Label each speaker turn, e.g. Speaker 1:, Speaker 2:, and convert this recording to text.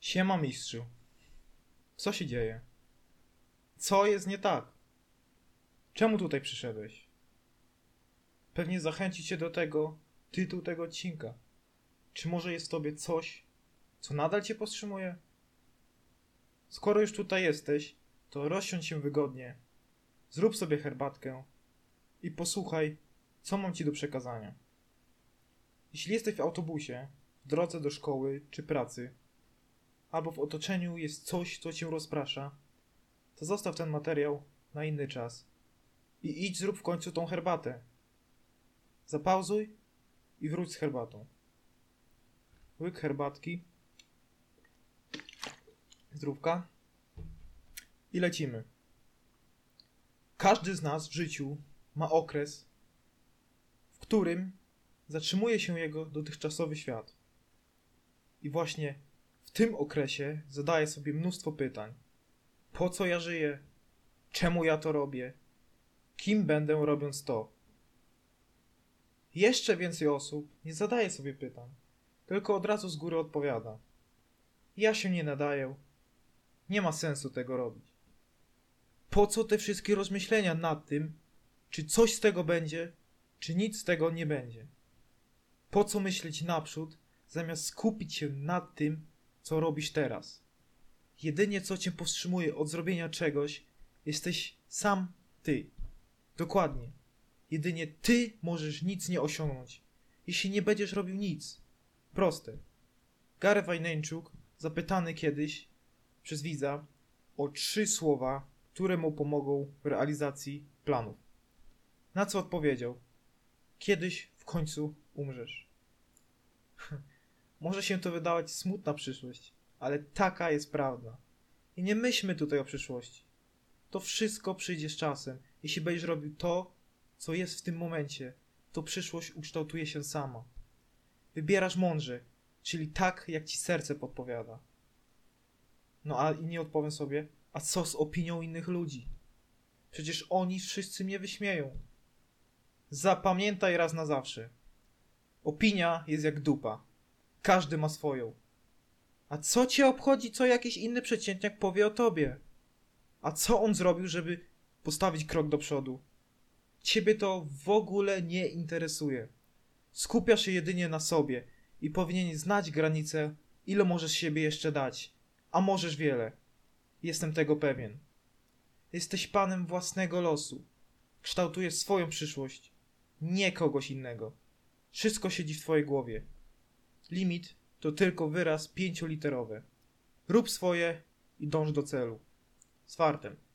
Speaker 1: Siema mistrzu. Co się dzieje? Co jest nie tak? Czemu tutaj przyszedłeś? Pewnie zachęci cię do tego tytuł tego odcinka. Czy może jest w tobie coś, co nadal cię powstrzymuje? Skoro już tutaj jesteś, to rozsiądź się wygodnie, zrób sobie herbatkę i posłuchaj, co mam ci do przekazania. Jeśli jesteś w autobusie, w drodze do szkoły czy pracy, albo w otoczeniu jest coś, co cię rozprasza, to zostaw ten materiał na inny czas i idź zrób w końcu tą herbatę. Zapauzuj i wróć z herbatą. Łyk herbatki, zdrówka i lecimy. Każdy z nas w życiu ma okres, w którym zatrzymuje się jego dotychczasowy świat. I właśnie w tym okresie zadaje sobie mnóstwo pytań. Po co ja żyję? Czemu ja to robię? Kim będę robiąc to? Jeszcze więcej osób nie zadaje sobie pytań, tylko od razu z góry odpowiada. Ja się nie nadaję. Nie ma sensu tego robić. Po co te wszystkie rozmyślenia nad tym, czy coś z tego będzie, czy nic z tego nie będzie? Po co myśleć naprzód, zamiast skupić się nad tym, co robisz teraz? Jedynie co cię powstrzymuje od zrobienia czegoś, jesteś sam ty. Dokładnie. Jedynie ty możesz nic nie osiągnąć, jeśli nie będziesz robił nic. Proste. Gary Vaynerchuk, zapytany kiedyś przez widza o 3 słowa, które mu pomogą w realizacji planów. Na co odpowiedział? Kiedyś w końcu umrzesz. Może się to wydawać smutna przyszłość, ale taka jest prawda. I nie myślmy tutaj o przyszłości. To wszystko przyjdzie z czasem. Jeśli będziesz robił to, co jest w tym momencie, to przyszłość ukształtuje się sama. Wybierasz mądrze, czyli tak, jak ci serce podpowiada. No a inni odpowiem sobie, a co z opinią innych ludzi? Przecież oni wszyscy mnie wyśmieją. Zapamiętaj raz na zawsze. Opinia jest jak dupa. Każdy ma swoją. A co cię obchodzi, co jakiś inny przeciętniak powie o tobie? A co on zrobił, żeby postawić krok do przodu? Ciebie to w ogóle nie interesuje. Skupiasz się jedynie na sobie i powinieneś znać granice, ile możesz siebie jeszcze dać. A możesz wiele. Jestem tego pewien. Jesteś panem własnego losu. Kształtujesz swoją przyszłość, nie kogoś innego. Wszystko siedzi w twojej głowie. Limit to tylko wyraz 5-literowy. Rób swoje i dąż do celu. Z fartem.